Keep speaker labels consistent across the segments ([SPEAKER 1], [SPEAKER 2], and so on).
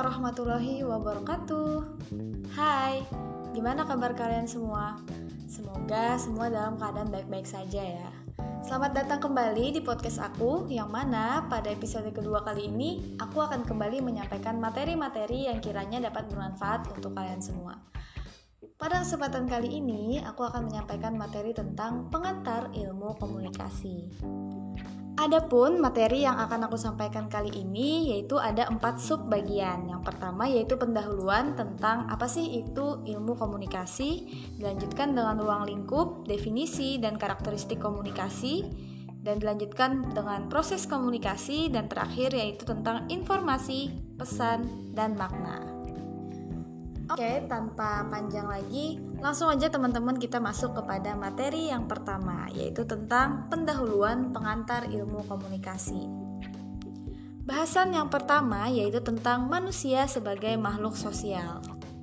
[SPEAKER 1] warahmatullahi wabarakatuh. Hai, gimana kabar kalian semua? Semoga semua dalam keadaan baik-baik saja ya. Selamat datang kembali di podcast aku, yang mana pada episode kedua kali ini aku akan kembali menyampaikan materi-materi yang kiranya dapat bermanfaat untuk kalian semua. Pada kesempatan kali ini, aku akan menyampaikan materi tentang pengantar ilmu komunikasi. Adapun materi yang akan aku sampaikan kali ini yaitu ada 4 subbagian. Yang pertama yaitu pendahuluan tentang apa sih itu ilmu komunikasi, dilanjutkan dengan ruang lingkup, definisi dan karakteristik komunikasi, dan dilanjutkan dengan proses komunikasi, dan terakhir yaitu tentang informasi, pesan, dan makna. Oke, tanpa panjang lagi, langsung aja teman-teman kita masuk kepada materi yang pertama, yaitu tentang pendahuluan pengantar ilmu komunikasi. Bahasan yang pertama yaitu tentang manusia sebagai makhluk sosial.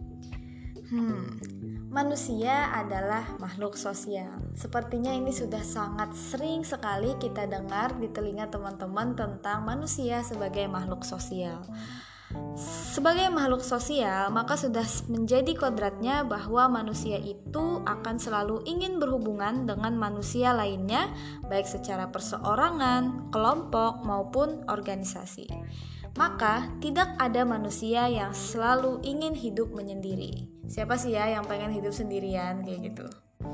[SPEAKER 1] Manusia adalah makhluk sosial. Sepertinya ini sudah sangat sering sekali kita dengar di telinga teman-teman tentang manusia sebagai makhluk sosial. Sebagai makhluk sosial, maka sudah menjadi kodratnya bahwa manusia itu akan selalu ingin berhubungan dengan manusia lainnya, baik secara perseorangan, kelompok, maupun organisasi. Maka, tidak ada manusia yang selalu ingin hidup menyendiri. Siapa sih ya yang pengen hidup sendirian kayak gitu?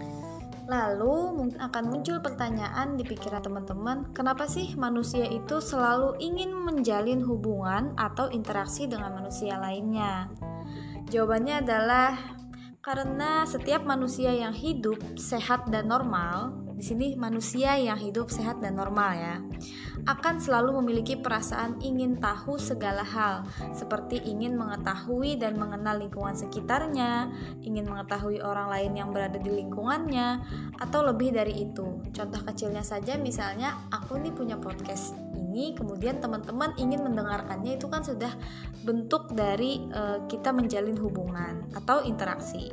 [SPEAKER 1] Lalu mungkin akan muncul pertanyaan di pikiran teman-teman, kenapa sih manusia itu selalu ingin menjalin hubungan atau interaksi dengan manusia lainnya? Jawabannya adalah karena setiap manusia yang hidup sehat dan normal, di sini manusia yang hidup sehat dan normal ya, akan selalu memiliki perasaan ingin tahu segala hal, seperti ingin mengetahui dan mengenal lingkungan sekitarnya, ingin mengetahui orang lain yang berada di lingkungannya, atau lebih dari itu. Contoh kecilnya saja, misalnya aku nih punya podcast ini, kemudian teman-teman ingin mendengarkannya, itu kan sudah bentuk dari kita menjalin hubungan atau interaksi.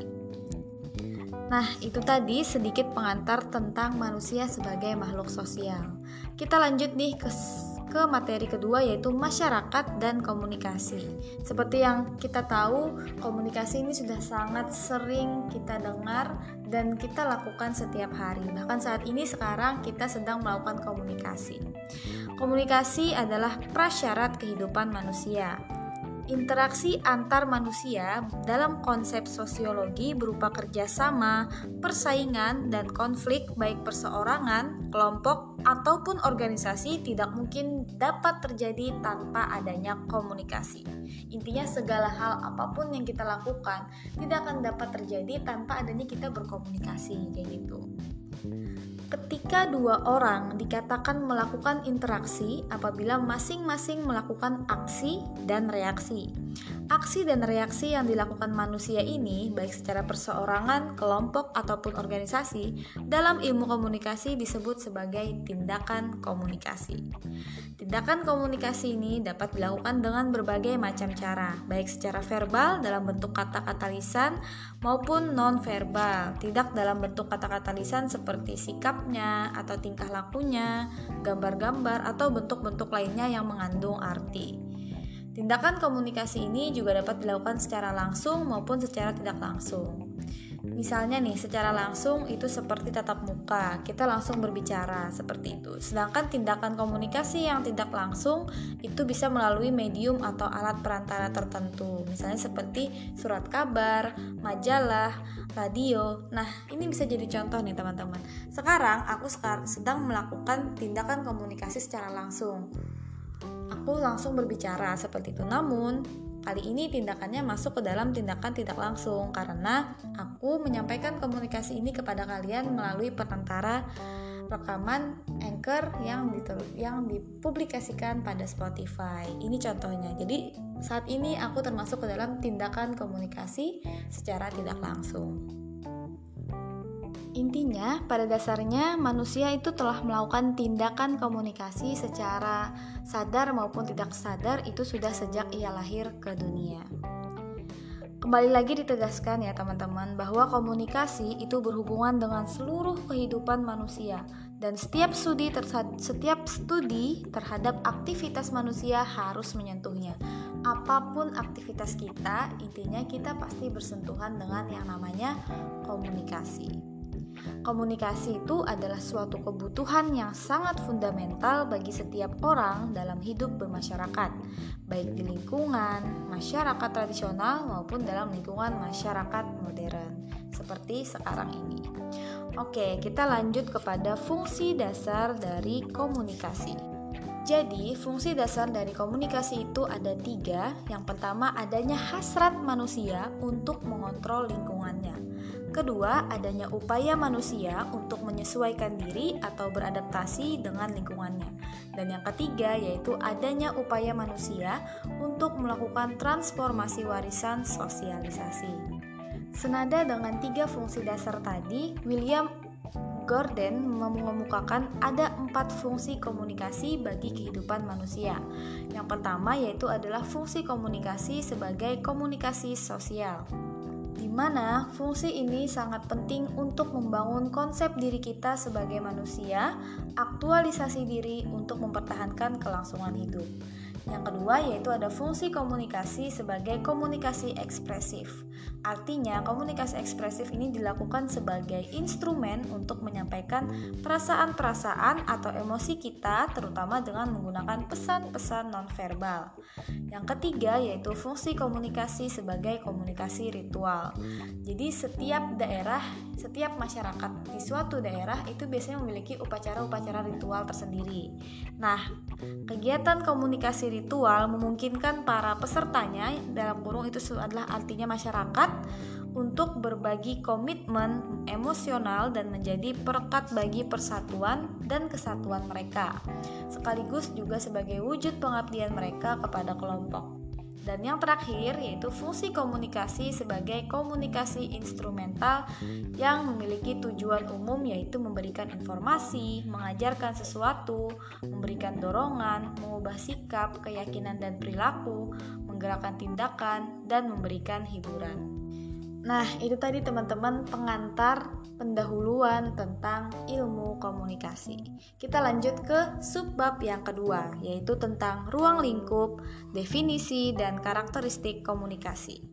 [SPEAKER 1] Nah, itu tadi sedikit pengantar tentang manusia sebagai makhluk sosial. Kita lanjut nih ke materi kedua, yaitu masyarakat dan komunikasi. Seperti yang kita tahu, komunikasi ini sudah sangat sering kita dengar dan kita lakukan setiap hari. Bahkan saat ini sekarang kita sedang melakukan komunikasi. Komunikasi adalah prasyarat kehidupan manusia. Interaksi antar manusia dalam konsep sosiologi berupa kerjasama, persaingan, dan konflik baik perseorangan, kelompok, ataupun organisasi tidak mungkin dapat terjadi tanpa adanya komunikasi. Intinya segala hal apapun yang kita lakukan tidak akan dapat terjadi tanpa adanya kita berkomunikasi, kayak gitu. Ketika dua orang dikatakan melakukan interaksi apabila masing-masing melakukan aksi dan reaksi. Aksi dan reaksi yang dilakukan manusia ini, baik secara perseorangan, kelompok, ataupun organisasi, dalam ilmu komunikasi disebut sebagai tindakan komunikasi. Tindakan komunikasi ini dapat dilakukan dengan berbagai macam cara, baik secara verbal dalam bentuk kata-kata lisan maupun non-verbal, tidak dalam bentuk kata-kata lisan seperti sikapnya atau tingkah lakunya, gambar-gambar, atau bentuk-bentuk lainnya yang mengandung arti. Tindakan komunikasi ini juga dapat dilakukan secara langsung maupun secara tidak langsung. Misalnya nih, secara langsung itu seperti tatap muka, kita langsung berbicara seperti itu. Sedangkan tindakan komunikasi yang tidak langsung itu bisa melalui medium atau alat perantara tertentu. Misalnya seperti surat kabar, majalah, radio. Nah, ini bisa jadi contoh nih teman-teman. Sekarang aku sedang melakukan tindakan komunikasi secara langsung. Aku langsung berbicara seperti itu. Namun, kali ini tindakannya masuk ke dalam tindakan tidak langsung karena aku menyampaikan komunikasi ini kepada kalian melalui perantara rekaman Anchor yang dipublikasikan pada Spotify. Ini contohnya. Jadi, saat ini aku termasuk ke dalam tindakan komunikasi secara tidak langsung. Intinya, pada dasarnya manusia itu telah melakukan tindakan komunikasi secara sadar maupun tidak sadar itu sudah sejak ia lahir ke dunia. Kembali lagi ditegaskan ya teman-teman bahwa komunikasi itu berhubungan dengan seluruh kehidupan manusia dan setiap studi terhadap aktivitas manusia harus menyentuhnya. apapun aktivitas kita, intinya kita pasti bersentuhan dengan yang namanya komunikasi. Komunikasi itu adalah suatu kebutuhan yang sangat fundamental bagi setiap orang dalam hidup bermasyarakat, baik di lingkungan masyarakat tradisional maupun dalam lingkungan masyarakat modern, seperti sekarang ini. Oke, kita lanjut kepada fungsi dasar dari komunikasi. Jadi, fungsi dasar dari komunikasi itu ada 3. Yang pertama, adanya hasrat manusia untuk mengontrol lingkungannya. Kedua, adanya upaya manusia untuk menyesuaikan diri atau beradaptasi dengan lingkungannya. Dan yang ketiga, yaitu adanya upaya manusia untuk melakukan transformasi warisan sosialisasi. Senada dengan 3 fungsi dasar tadi, William Gordon mengemukakan ada 4 fungsi komunikasi bagi kehidupan manusia. Yang pertama yaitu adalah fungsi komunikasi sebagai komunikasi sosial, di mana fungsi ini sangat penting untuk membangun konsep diri kita sebagai manusia, aktualisasi diri untuk mempertahankan kelangsungan hidup. Yang kedua yaitu ada fungsi komunikasi sebagai komunikasi ekspresif. Artinya komunikasi ekspresif ini dilakukan sebagai instrumen untuk menyampaikan perasaan-perasaan atau emosi kita, terutama dengan menggunakan pesan-pesan nonverbal. Yang ketiga yaitu fungsi komunikasi sebagai komunikasi ritual. Jadi setiap daerah, setiap masyarakat di suatu daerah itu biasanya memiliki upacara-upacara ritual tersendiri. Nah, kegiatan komunikasi ritual memungkinkan para pesertanya, dalam kurung itu adalah artinya masyarakat, untuk berbagi komitmen emosional dan menjadi perekat bagi persatuan dan kesatuan mereka, sekaligus juga sebagai wujud pengabdian mereka kepada kelompok. Dan yang terakhir yaitu fungsi komunikasi sebagai komunikasi instrumental yang memiliki tujuan umum, yaitu memberikan informasi, mengajarkan sesuatu, memberikan dorongan, mengubah sikap, keyakinan dan perilaku, menggerakkan tindakan, dan memberikan hiburan. Nah, itu tadi teman-teman pengantar pendahuluan tentang ilmu komunikasi. Kita lanjut ke subbab yang kedua, yaitu tentang ruang lingkup, definisi, dan karakteristik komunikasi.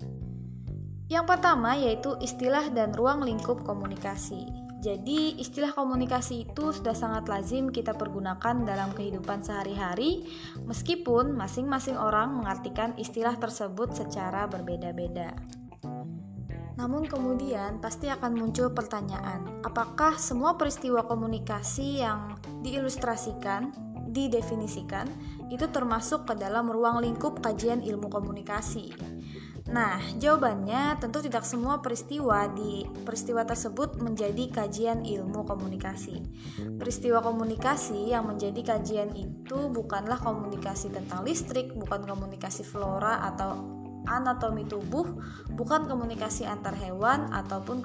[SPEAKER 1] Yang pertama yaitu istilah dan ruang lingkup komunikasi. Jadi, istilah komunikasi itu sudah sangat lazim kita pergunakan dalam kehidupan sehari-hari, meskipun masing-masing orang mengartikan istilah tersebut secara berbeda-beda. Namun kemudian pasti akan muncul pertanyaan, apakah semua peristiwa komunikasi yang diilustrasikan, didefinisikan, itu termasuk ke dalam ruang lingkup kajian ilmu komunikasi? Nah, jawabannya tentu tidak semua peristiwa tersebut menjadi kajian ilmu komunikasi. Peristiwa komunikasi yang menjadi kajian itu bukanlah komunikasi tentang listrik, bukan komunikasi flora atau anatomi tubuh, bukan komunikasi antar hewan ataupun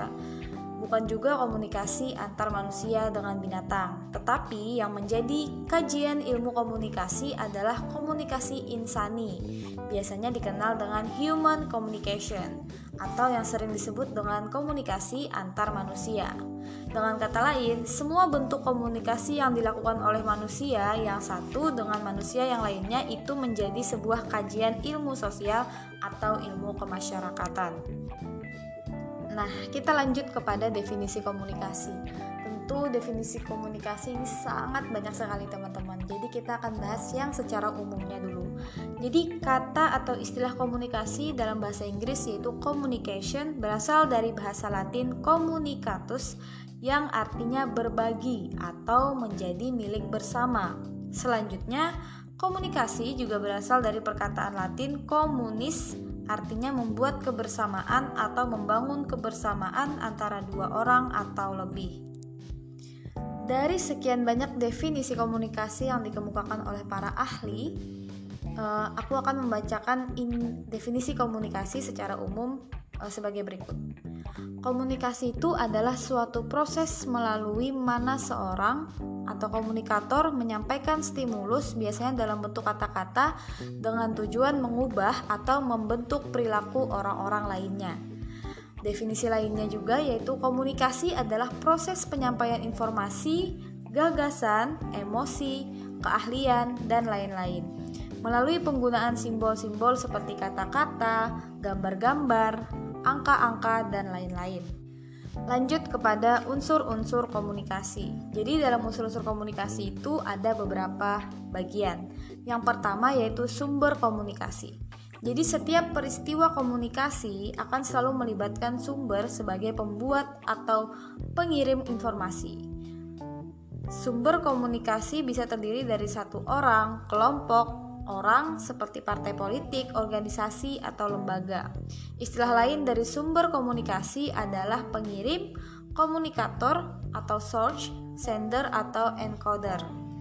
[SPEAKER 1] bukan juga komunikasi antar manusia dengan binatang. Tetapi yang menjadi kajian ilmu komunikasi adalah komunikasi insani, biasanya dikenal dengan human communication atau yang sering disebut dengan komunikasi antar manusia. Dengan kata lain, semua bentuk komunikasi yang dilakukan oleh manusia yang satu dengan manusia yang lainnya itu menjadi sebuah kajian ilmu sosial atau ilmu kemasyarakatan. Nah, kita lanjut kepada definisi komunikasi. Tentu definisi komunikasi ini sangat banyak sekali teman-teman. Jadi kita akan bahas yang secara umumnya dulu. Jadi kata atau istilah komunikasi dalam bahasa Inggris yaitu communication berasal dari bahasa Latin communicatus yang artinya berbagi atau menjadi milik bersama. Selanjutnya, komunikasi juga berasal dari perkataan Latin communis, artinya membuat kebersamaan atau membangun kebersamaan antara dua orang atau lebih. Dari sekian banyak definisi komunikasi yang dikemukakan oleh para ahli, aku akan membacakan definisi komunikasi secara umum sebagai berikut. Komunikasi itu adalah suatu proses melalui mana seorang atau komunikator menyampaikan stimulus biasanya dalam bentuk kata-kata dengan tujuan mengubah atau membentuk perilaku orang-orang lainnya. Definisi lainnya juga yaitu komunikasi adalah proses penyampaian informasi, gagasan, emosi, keahlian, dan lain-lain. melalui penggunaan simbol-simbol seperti kata-kata, gambar-gambar, angka-angka, dan lain-lain. Lanjut kepada unsur-unsur komunikasi. Jadi dalam unsur-unsur komunikasi itu ada beberapa bagian. Yang pertama yaitu sumber komunikasi. Jadi setiap peristiwa komunikasi akan selalu melibatkan sumber sebagai pembuat atau pengirim informasi. Sumber komunikasi bisa terdiri dari satu orang, kelompok, orang seperti partai politik, organisasi, atau lembaga. Istilah lain dari sumber komunikasi adalah pengirim, komunikator, atau source, sender, atau encoder.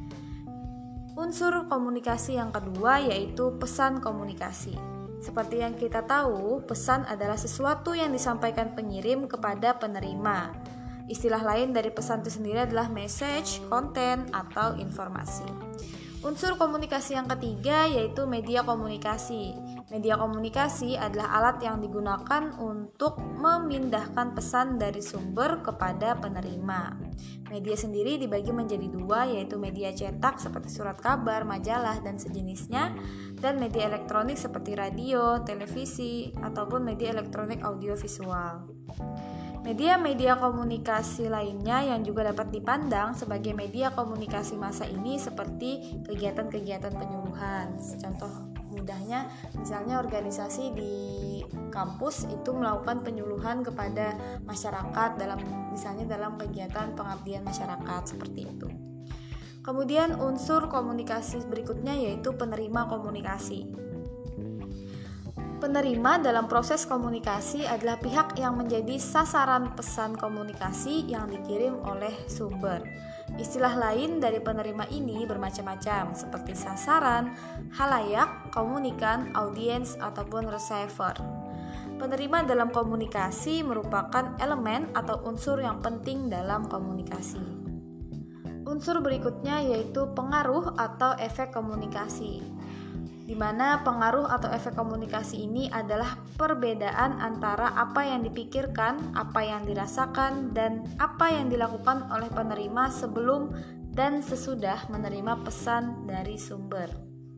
[SPEAKER 1] Unsur komunikasi yang kedua yaitu pesan komunikasi. Seperti yang kita tahu, pesan adalah sesuatu yang disampaikan pengirim kepada penerima. Istilah lain dari pesan itu sendiri adalah message, konten, atau informasi. Unsur komunikasi yang ketiga yaitu media komunikasi. Media komunikasi adalah alat yang digunakan untuk memindahkan pesan dari sumber kepada penerima. Media sendiri dibagi menjadi dua, yaitu media cetak seperti surat kabar, majalah, dan sejenisnya, dan media elektronik seperti radio, televisi, ataupun media elektronik audiovisual. Media-media komunikasi lainnya yang juga dapat dipandang sebagai media komunikasi masa ini seperti kegiatan-kegiatan penyuluhan. Contoh mudahnya, misalnya organisasi di kampus itu melakukan penyuluhan kepada masyarakat misalnya dalam kegiatan pengabdian masyarakat seperti itu. Kemudian unsur komunikasi berikutnya yaitu penerima komunikasi. Penerima dalam proses komunikasi adalah pihak yang menjadi sasaran pesan komunikasi yang dikirim oleh sumber. Istilah lain dari penerima ini bermacam-macam, seperti sasaran, halayak, komunikan, audiens, ataupun receiver. Penerima dalam komunikasi merupakan elemen atau unsur yang penting dalam komunikasi. Unsur berikutnya yaitu pengaruh atau efek komunikasi, di mana pengaruh atau efek komunikasi ini adalah perbedaan antara apa yang dipikirkan, apa yang dirasakan, dan apa yang dilakukan oleh penerima sebelum dan sesudah menerima pesan dari sumber.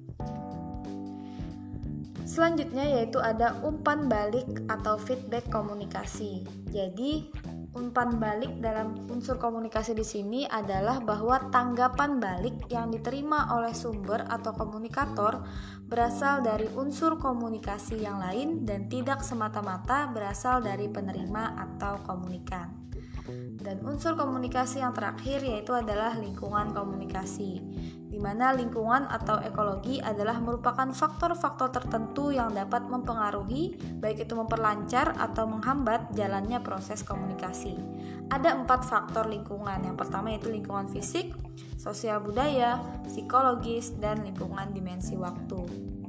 [SPEAKER 1] Selanjutnya yaitu ada umpan balik atau feedback komunikasi. Jadi umpan balik dalam unsur komunikasi di sini adalah bahwa tanggapan balik yang diterima oleh sumber atau komunikator berasal dari unsur komunikasi yang lain dan tidak semata-mata berasal dari penerima atau komunikan. Dan unsur komunikasi yang terakhir yaitu adalah lingkungan komunikasi, di mana lingkungan atau ekologi adalah merupakan faktor-faktor tertentu yang dapat mempengaruhi, baik itu memperlancar atau menghambat jalannya proses komunikasi. Ada 4 faktor lingkungan. Yang pertama yaitu lingkungan fisik, sosial budaya, psikologis, dan lingkungan dimensi waktu.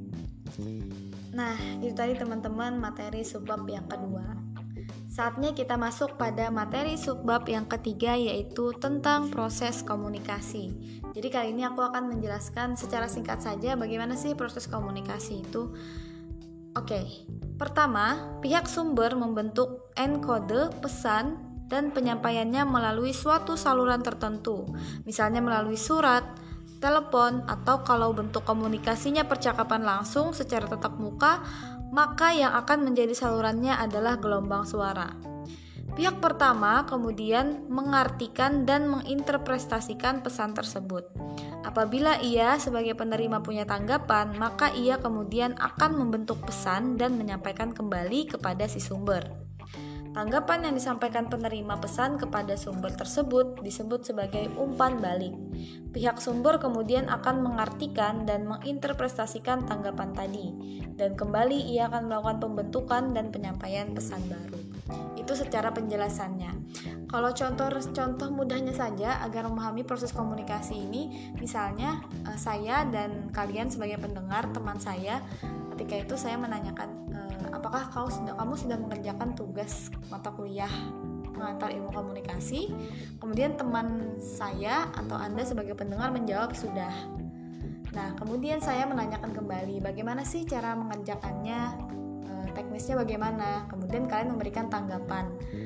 [SPEAKER 1] Nah, itu tadi teman-teman materi subbab yang kedua. Saatnya kita masuk pada materi subbab yang ketiga yaitu tentang proses komunikasi. Jadi kali ini aku akan menjelaskan secara singkat saja bagaimana sih proses komunikasi itu. Oke, pertama, pihak sumber membentuk enkode pesan dan penyampaiannya melalui suatu saluran tertentu, misalnya melalui surat, telepon, atau kalau bentuk komunikasinya percakapan langsung secara tatap muka, maka yang akan menjadi salurannya adalah gelombang suara. Pihak pertama kemudian mengartikan dan menginterpretasikan pesan tersebut. Apabila ia sebagai penerima punya tanggapan, maka ia kemudian akan membentuk pesan dan menyampaikan kembali kepada si sumber. Tanggapan yang disampaikan penerima pesan kepada sumber tersebut disebut sebagai umpan balik. Pihak sumber kemudian akan mengartikan dan menginterpretasikan tanggapan tadi, dan kembali ia akan melakukan pembentukan dan penyampaian pesan baru. Itu secara penjelasannya. Kalau contoh mudahnya saja agar memahami proses komunikasi ini, misalnya saya dan kalian sebagai pendengar, teman saya, ketika itu saya menanyakan, apakah kamu sudah mengerjakan tugas mata kuliah pengantar ilmu komunikasi? Kemudian teman saya atau Anda sebagai pendengar menjawab sudah. Nah, kemudian saya menanyakan kembali, bagaimana sih cara mengerjakannya, teknisnya bagaimana? Kemudian kalian memberikan tanggapan.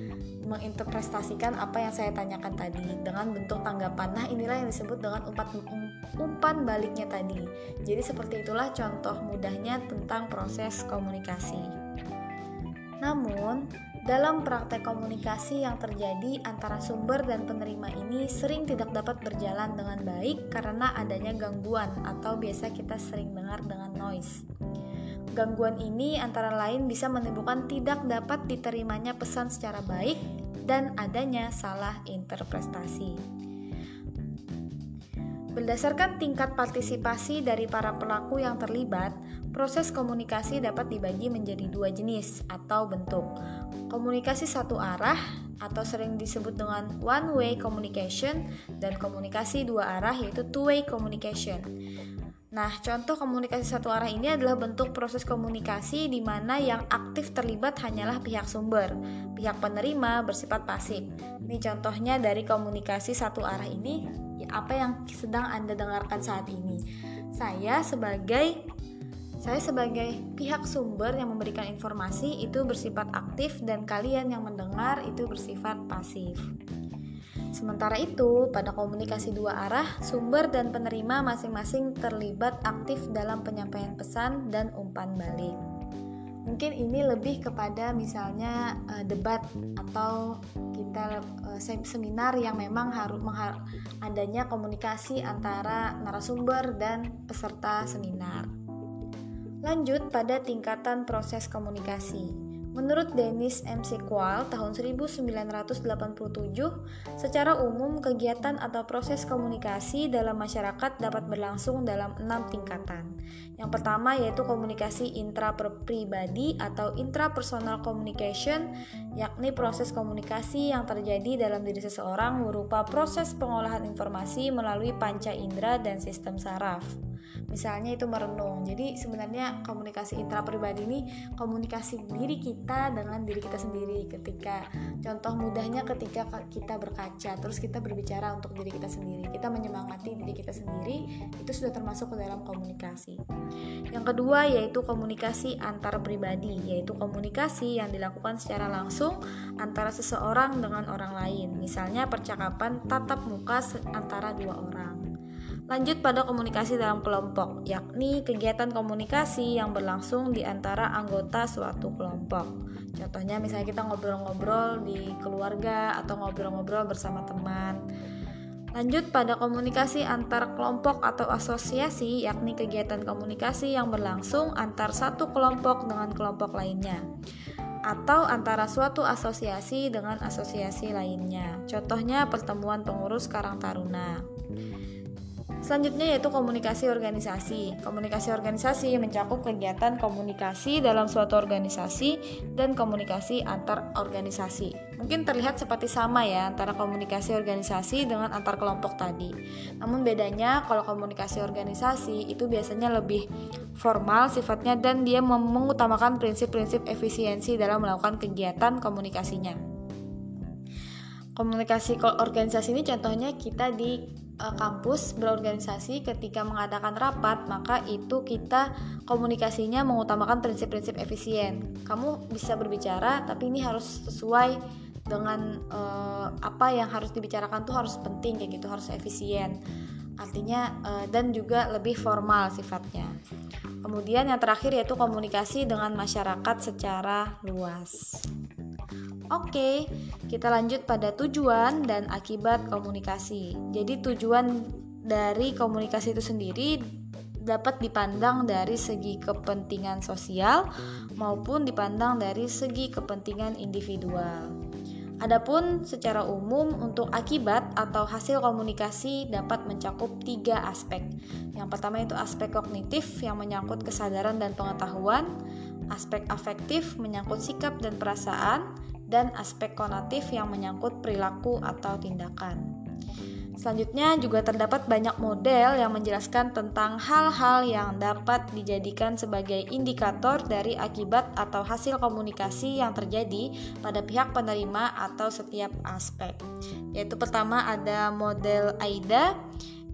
[SPEAKER 1] menginterpretasikan apa yang saya tanyakan tadi dengan bentuk tanggapan. Nah, inilah yang disebut dengan umpan baliknya tadi. Jadi seperti itulah contoh mudahnya tentang proses komunikasi. Namun, dalam praktek komunikasi yang terjadi antara sumber dan penerima ini sering tidak dapat berjalan dengan baik karena adanya gangguan atau biasa kita sering dengar dengan noise. Gangguan ini antara lain bisa menimbulkan tidak dapat diterimanya pesan secara baik dan adanya salah interpretasi. Berdasarkan tingkat partisipasi dari para pelaku yang terlibat, proses komunikasi dapat dibagi menjadi dua jenis atau bentuk. Komunikasi satu arah atau sering disebut dengan one-way communication dan komunikasi dua arah yaitu two-way communication. Nah, contoh komunikasi satu arah ini adalah bentuk proses komunikasi di mana yang aktif terlibat hanyalah pihak sumber. Pihak penerima bersifat pasif. Ini contohnya dari komunikasi satu arah ini, apa yang sedang Anda dengarkan saat ini. Saya sebagai pihak sumber yang memberikan informasi itu bersifat aktif dan kalian yang mendengar itu bersifat pasif. Sementara itu, pada komunikasi dua arah, sumber dan penerima masing-masing terlibat aktif dalam penyampaian pesan dan umpan balik. Mungkin ini lebih kepada misalnya debat atau kita seminar yang memang harus adanya komunikasi antara narasumber dan peserta seminar. Lanjut pada tingkatan proses komunikasi. Menurut Dennis M. Sequel tahun 1987, secara umum kegiatan atau proses komunikasi dalam masyarakat dapat berlangsung dalam 6 tingkatan. Yang pertama yaitu komunikasi intrapribadi atau intrapersonal communication, yakni proses komunikasi yang terjadi dalam diri seseorang berupa proses pengolahan informasi melalui panca indera dan sistem saraf. Misalnya itu merenung. Jadi sebenarnya komunikasi intrapribadi ini komunikasi diri kita dengan diri kita sendiri. Ketika contoh mudahnya ketika kita berkaca, terus kita berbicara untuk diri kita sendiri, kita menyemangati diri kita sendiri, itu sudah termasuk ke dalam komunikasi. Yang kedua yaitu komunikasi antar pribadi, yaitu komunikasi yang dilakukan secara langsung antara seseorang dengan orang lain. Misalnya percakapan tatap muka antara dua orang. Lanjut pada komunikasi dalam kelompok, yakni kegiatan komunikasi yang berlangsung di antara anggota suatu kelompok. Contohnya misalnya kita ngobrol-ngobrol di keluarga atau ngobrol-ngobrol bersama teman. Lanjut pada komunikasi antar kelompok atau asosiasi, yakni kegiatan komunikasi yang berlangsung antar satu kelompok dengan kelompok lainnya atau antara suatu asosiasi dengan asosiasi lainnya. Contohnya pertemuan pengurus Karang Taruna. Selanjutnya yaitu komunikasi organisasi. Komunikasi organisasi mencakup kegiatan komunikasi dalam suatu organisasi dan komunikasi antar organisasi. Mungkin terlihat seperti sama ya antara komunikasi organisasi dengan antar kelompok tadi. Namun bedanya kalau komunikasi organisasi itu biasanya lebih formal sifatnya dan dia mengutamakan prinsip-prinsip efisiensi dalam melakukan kegiatan komunikasinya. Komunikasi organisasi ini contohnya kita di kampus berorganisasi ketika mengadakan rapat, maka itu kita komunikasinya mengutamakan prinsip-prinsip efisien. Kamu bisa berbicara tapi ini harus sesuai dengan apa yang harus dibicarakan tuh harus penting kayak gitu, harus efisien. Artinya dan juga lebih formal sifatnya. Kemudian yang terakhir yaitu komunikasi dengan masyarakat secara luas. Oke, kita lanjut pada tujuan dan akibat komunikasi. Jadi tujuan dari komunikasi itu sendiri dapat dipandang dari segi kepentingan sosial maupun dipandang dari segi kepentingan individual. Adapun secara umum untuk akibat atau hasil komunikasi dapat mencakup 3 aspek. Yang pertama itu aspek kognitif yang menyangkut kesadaran dan pengetahuan, aspek afektif menyangkut sikap dan perasaan, dan aspek konatif yang menyangkut perilaku atau tindakan. Selanjutnya juga terdapat banyak model yang menjelaskan tentang hal-hal yang dapat dijadikan sebagai indikator dari akibat atau hasil komunikasi yang terjadi pada pihak penerima atau setiap aspek. Yaitu pertama ada model AIDA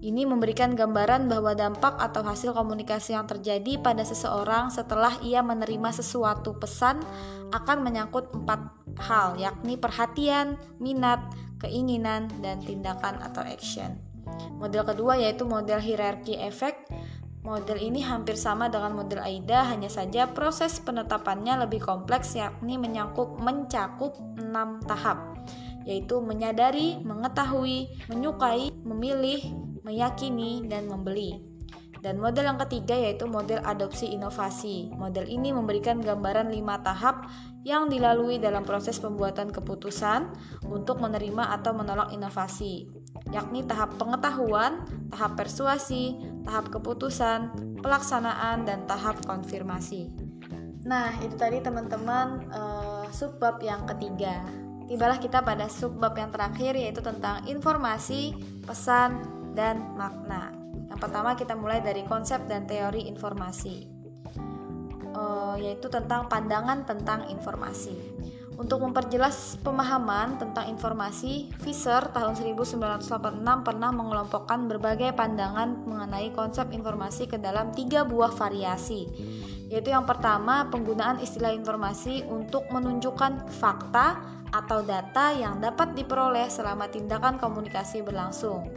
[SPEAKER 1] Ini memberikan gambaran bahwa dampak atau hasil komunikasi yang terjadi pada seseorang setelah ia menerima sesuatu pesan akan menyangkut 4 hal, yakni perhatian, minat, keinginan, dan tindakan atau action. Model kedua yaitu model hierarki efek. Model ini hampir sama dengan model AIDA, hanya saja proses penetapannya lebih kompleks, yakni mencakup 6 tahap, yaitu menyadari, mengetahui, menyukai, memilih, meyakini, dan membeli. Dan model yang ketiga yaitu model adopsi inovasi. Model ini memberikan gambaran 5 tahap yang dilalui dalam proses pembuatan keputusan untuk menerima atau menolak inovasi, yakni tahap pengetahuan, tahap persuasi, tahap keputusan, pelaksanaan, dan tahap konfirmasi. Nah, itu tadi teman-teman subbab yang ketiga. Tibalah kita pada subbab yang terakhir, yaitu tentang informasi, pesan, dan makna. Yang pertama kita mulai dari konsep dan teori informasi, yaitu tentang pandangan tentang informasi. Untuk memperjelas pemahaman tentang informasi, Visser tahun 1986 pernah mengelompokkan berbagai pandangan mengenai konsep informasi ke dalam 3 buah variasi, yaitu yang pertama, penggunaan istilah informasi untuk menunjukkan fakta atau data yang dapat diperoleh selama tindakan komunikasi berlangsung.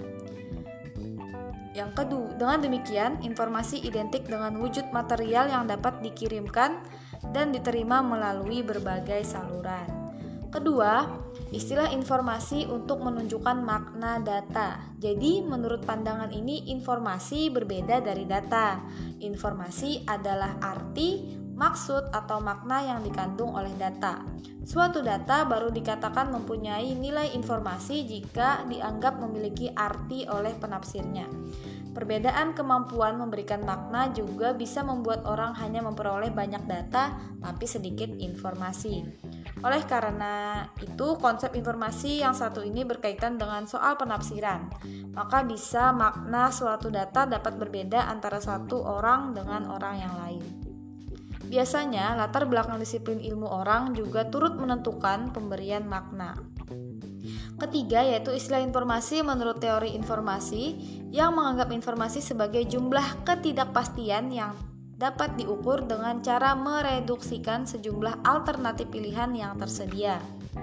[SPEAKER 1] Yang kedua, dengan demikian, informasi identik dengan wujud material yang dapat dikirimkan dan diterima melalui berbagai saluran. Kedua, istilah informasi untuk menunjukkan makna data. Jadi, menurut pandangan ini, informasi berbeda dari data. Informasi adalah arti, maksud, atau makna yang dikandung oleh data. Suatu data baru dikatakan mempunyai nilai informasi jika dianggap memiliki arti oleh penafsirnya. Perbedaan kemampuan memberikan makna juga bisa membuat orang hanya memperoleh banyak data tapi sedikit informasi. Oleh karena itu, konsep informasi yang satu ini berkaitan dengan soal penafsiran. Maka bisa makna suatu data dapat berbeda antara satu orang dengan orang yang lain. Biasanya, latar belakang disiplin ilmu orang juga turut menentukan pemberian makna. Ketiga, yaitu istilah informasi menurut teori informasi yang menganggap informasi sebagai jumlah ketidakpastian yang dapat diukur dengan cara mereduksikan sejumlah alternatif pilihan yang tersedia.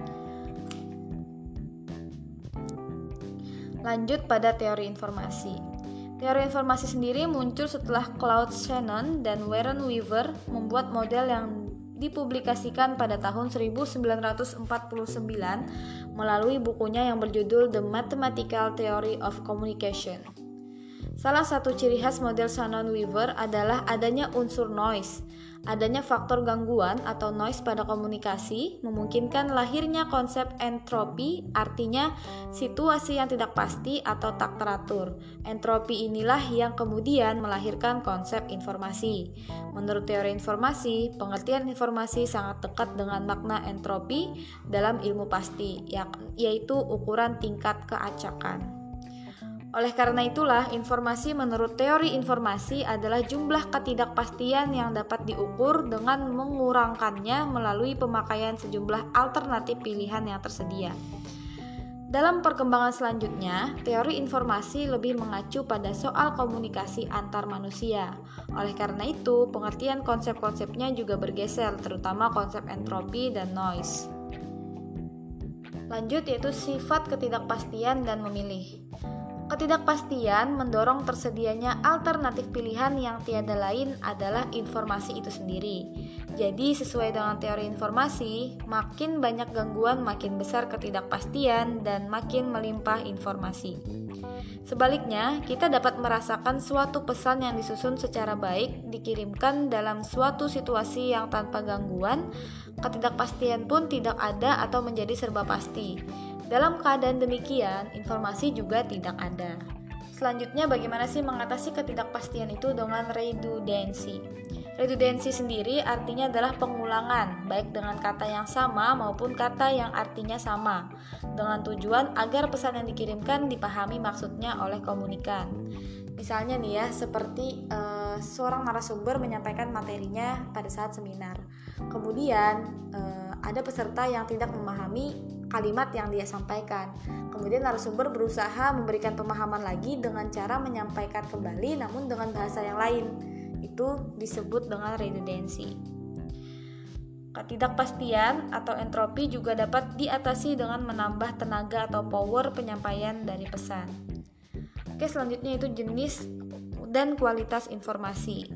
[SPEAKER 1] Lanjut pada teori informasi. Teori informasi sendiri muncul setelah Claude Shannon dan Warren Weaver membuat model yang dipublikasikan pada tahun 1949 melalui bukunya yang berjudul The Mathematical Theory of Communication. Salah satu ciri khas model Shannon-Weaver adalah adanya unsur noise. Adanya faktor gangguan atau noise pada komunikasi memungkinkan lahirnya konsep entropi, artinya situasi yang tidak pasti atau tak teratur. Entropi inilah yang kemudian melahirkan konsep informasi. Menurut teori informasi, pengertian informasi sangat dekat dengan makna entropi dalam ilmu pasti, yaitu ukuran tingkat keacakan. Oleh karena itulah, informasi menurut teori informasi adalah jumlah ketidakpastian yang dapat diukur dengan mengurangkannya melalui pemakaian sejumlah alternatif pilihan yang tersedia. Dalam perkembangan selanjutnya, teori informasi lebih mengacu pada soal komunikasi antar manusia. Oleh karena itu, pengertian konsep-konsepnya juga bergeser, terutama konsep entropi dan noise. Lanjut, yaitu sifat ketidakpastian dan memilih. Ketidakpastian mendorong tersedianya alternatif pilihan yang tiada lain adalah informasi itu sendiri. Jadi sesuai dengan teori informasi, makin banyak gangguan makin besar ketidakpastian dan makin melimpah informasi. Sebaliknya, kita dapat merasakan suatu pesan yang disusun secara baik dikirimkan dalam suatu situasi yang tanpa gangguan, ketidakpastian pun tidak ada atau menjadi serba pasti. Dalam keadaan demikian, informasi juga tidak ada. Selanjutnya, bagaimana sih mengatasi ketidakpastian itu dengan redundancy? Redundancy sendiri artinya adalah pengulangan, baik dengan kata yang sama maupun kata yang artinya sama, dengan tujuan agar pesan yang dikirimkan dipahami maksudnya oleh komunikan. Misalnya nih ya, seperti seorang narasumber menyampaikan materinya pada saat seminar. Kemudian ada peserta yang tidak memahami kalimat yang dia sampaikan. Kemudian narasumber berusaha memberikan pemahaman lagi dengan cara menyampaikan kembali namun dengan bahasa yang lain. Itu disebut dengan redundancy. Ketidakpastian atau entropi juga dapat diatasi dengan menambah tenaga atau power penyampaian dari pesan. Oke, selanjutnya itu jenis dan kualitas informasi.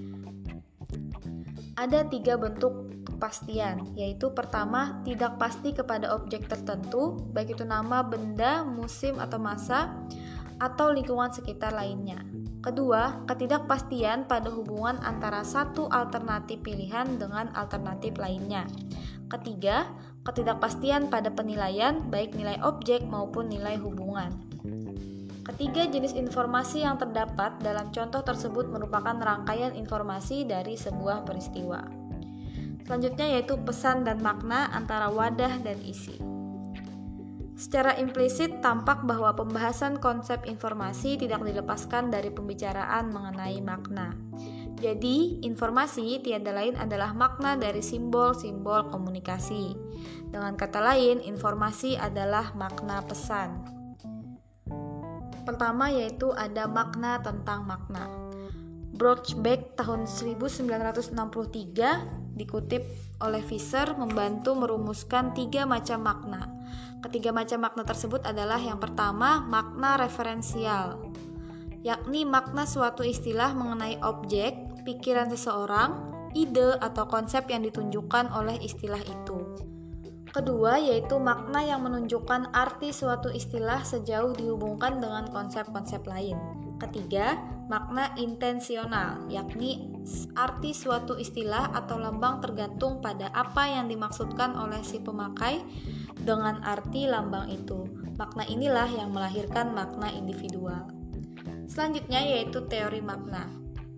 [SPEAKER 1] Ada 3 bentuk kepastian, yaitu pertama, tidak pasti kepada objek tertentu, baik itu nama, benda, musim atau masa, atau lingkungan sekitar lainnya. Kedua, ketidakpastian pada hubungan antara satu alternatif pilihan dengan alternatif lainnya. Ketiga, ketidakpastian pada penilaian, baik nilai objek maupun nilai hubungan. Ketiga jenis informasi yang terdapat dalam contoh tersebut merupakan rangkaian informasi dari sebuah peristiwa. Selanjutnya yaitu pesan dan makna antara wadah dan isi. Secara implisit tampak bahwa pembahasan konsep informasi tidak dilepaskan dari pembicaraan mengenai makna. Jadi, informasi tiada lain adalah makna dari simbol-simbol komunikasi. Dengan kata lain, informasi adalah makna pesan. Pertama yaitu ada makna tentang makna. Brochbeck tahun 1963 dikutip oleh Visser membantu merumuskan 3 macam makna. Ketiga macam makna tersebut adalah yang pertama, makna referensial, yakni makna suatu istilah mengenai objek, pikiran seseorang, ide atau konsep yang ditunjukkan oleh istilah itu. Kedua, yaitu makna yang menunjukkan arti suatu istilah sejauh dihubungkan dengan konsep-konsep lain. Ketiga, makna intensional, yakni arti suatu istilah atau lambang tergantung pada apa yang dimaksudkan oleh si pemakai dengan arti lambang itu. Makna inilah yang melahirkan makna individual. Selanjutnya yaitu teori makna.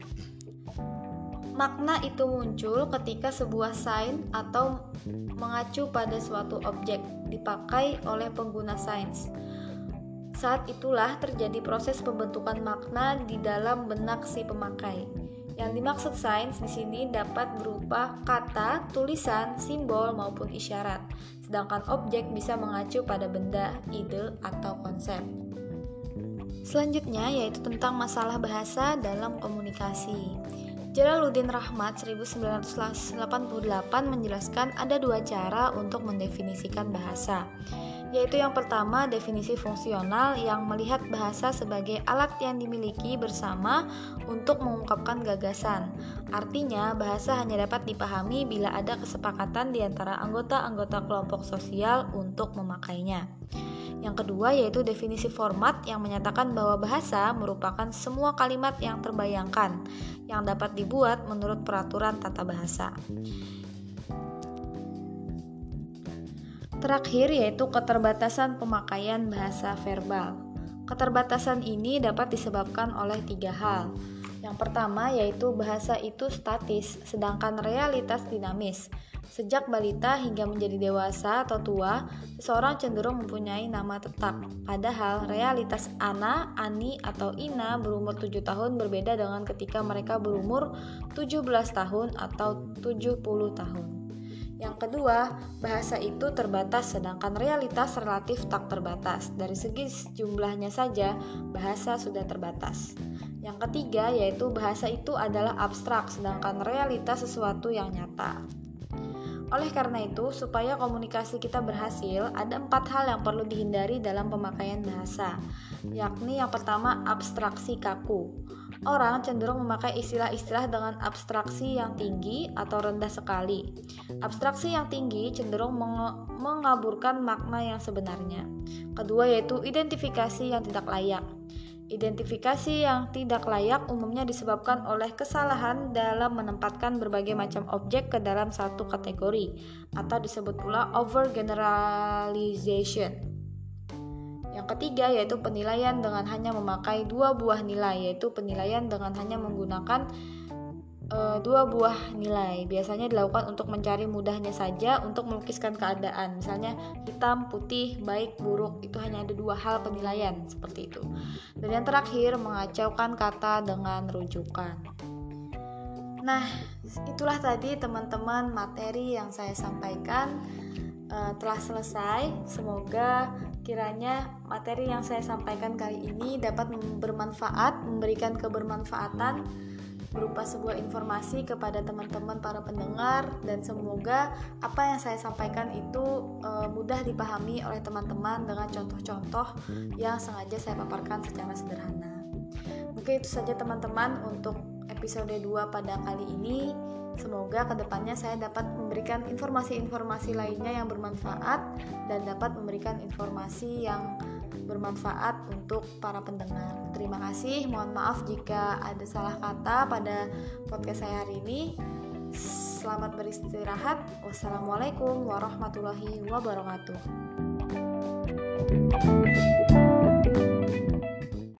[SPEAKER 1] Makna itu muncul ketika sebuah sign atau mengacu pada suatu objek dipakai oleh pengguna sains. Saat itulah terjadi proses pembentukan makna di dalam benak si pemakai. Yang dimaksud sains di sini dapat berupa kata, tulisan, simbol maupun isyarat. Sedangkan objek bisa mengacu pada benda, ide, atau konsep. Selanjutnya yaitu tentang masalah bahasa dalam komunikasi. Jalaluddin Rahmat 1988 menjelaskan ada 2 cara untuk mendefinisikan bahasa, yaitu yang pertama definisi fungsional yang melihat bahasa sebagai alat yang dimiliki bersama untuk mengungkapkan gagasan. Artinya bahasa hanya dapat dipahami bila ada kesepakatan di antara anggota-anggota kelompok sosial untuk memakainya. Yang kedua yaitu definisi format yang menyatakan bahwa bahasa merupakan semua kalimat yang terbayangkan yang dapat dibuat menurut peraturan tata bahasa. Terakhir yaitu keterbatasan pemakaian bahasa verbal. Keterbatasan ini dapat disebabkan oleh 3 hal. Yang pertama yaitu bahasa itu statis, sedangkan realitas dinamis. Sejak balita hingga menjadi dewasa atau tua, seseorang cenderung mempunyai nama tetap. Padahal realitas Ana, Ani, atau Ina berumur 7 tahun berbeda dengan ketika mereka berumur 17 tahun atau 70 tahun. Yang kedua, bahasa itu terbatas sedangkan realitas relatif tak terbatas. Dari segi jumlahnya saja, bahasa sudah terbatas. Yang ketiga, yaitu bahasa itu adalah abstrak sedangkan realitas sesuatu yang nyata. Oleh karena itu, supaya komunikasi kita berhasil, ada 4 hal yang perlu dihindari dalam pemakaian bahasa, yakni yang pertama, abstraksi kaku. Orang cenderung memakai istilah-istilah dengan abstraksi yang tinggi atau rendah sekali. Abstraksi yang tinggi cenderung mengaburkan makna yang sebenarnya. Kedua yaitu identifikasi yang tidak layak. Identifikasi yang tidak layak umumnya disebabkan oleh kesalahan dalam menempatkan berbagai macam objek ke dalam satu kategori, atau disebut pula overgeneralization. Yang ketiga yaitu penilaian dengan hanya memakai 2 buah nilai, yaitu penilaian dengan hanya menggunakan dua buah nilai. Biasanya dilakukan untuk mencari mudahnya saja untuk melukiskan keadaan. Misalnya hitam, putih, baik, buruk. Itu hanya ada dua hal penilaian seperti itu. Dan yang terakhir, mengacaukan kata dengan rujukan. Nah, itulah tadi teman-teman materi yang saya sampaikan telah selesai. Semoga kiranya materi yang saya sampaikan kali ini dapat bermanfaat, memberikan kebermanfaatan berupa sebuah informasi kepada teman-teman para pendengar, dan semoga apa yang saya sampaikan itu mudah dipahami oleh teman-teman dengan contoh-contoh yang sengaja saya paparkan secara sederhana. Mungkin itu saja teman-teman untuk episode 2 pada kali ini. Semoga kedepannya saya dapat memberikan informasi-informasi lainnya yang bermanfaat dan dapat memberikan informasi yang bermanfaat untuk para pendengar. Terima kasih, mohon maaf jika ada salah kata pada podcast saya hari ini. Selamat beristirahat. Wassalamualaikum warahmatullahi wabarakatuh.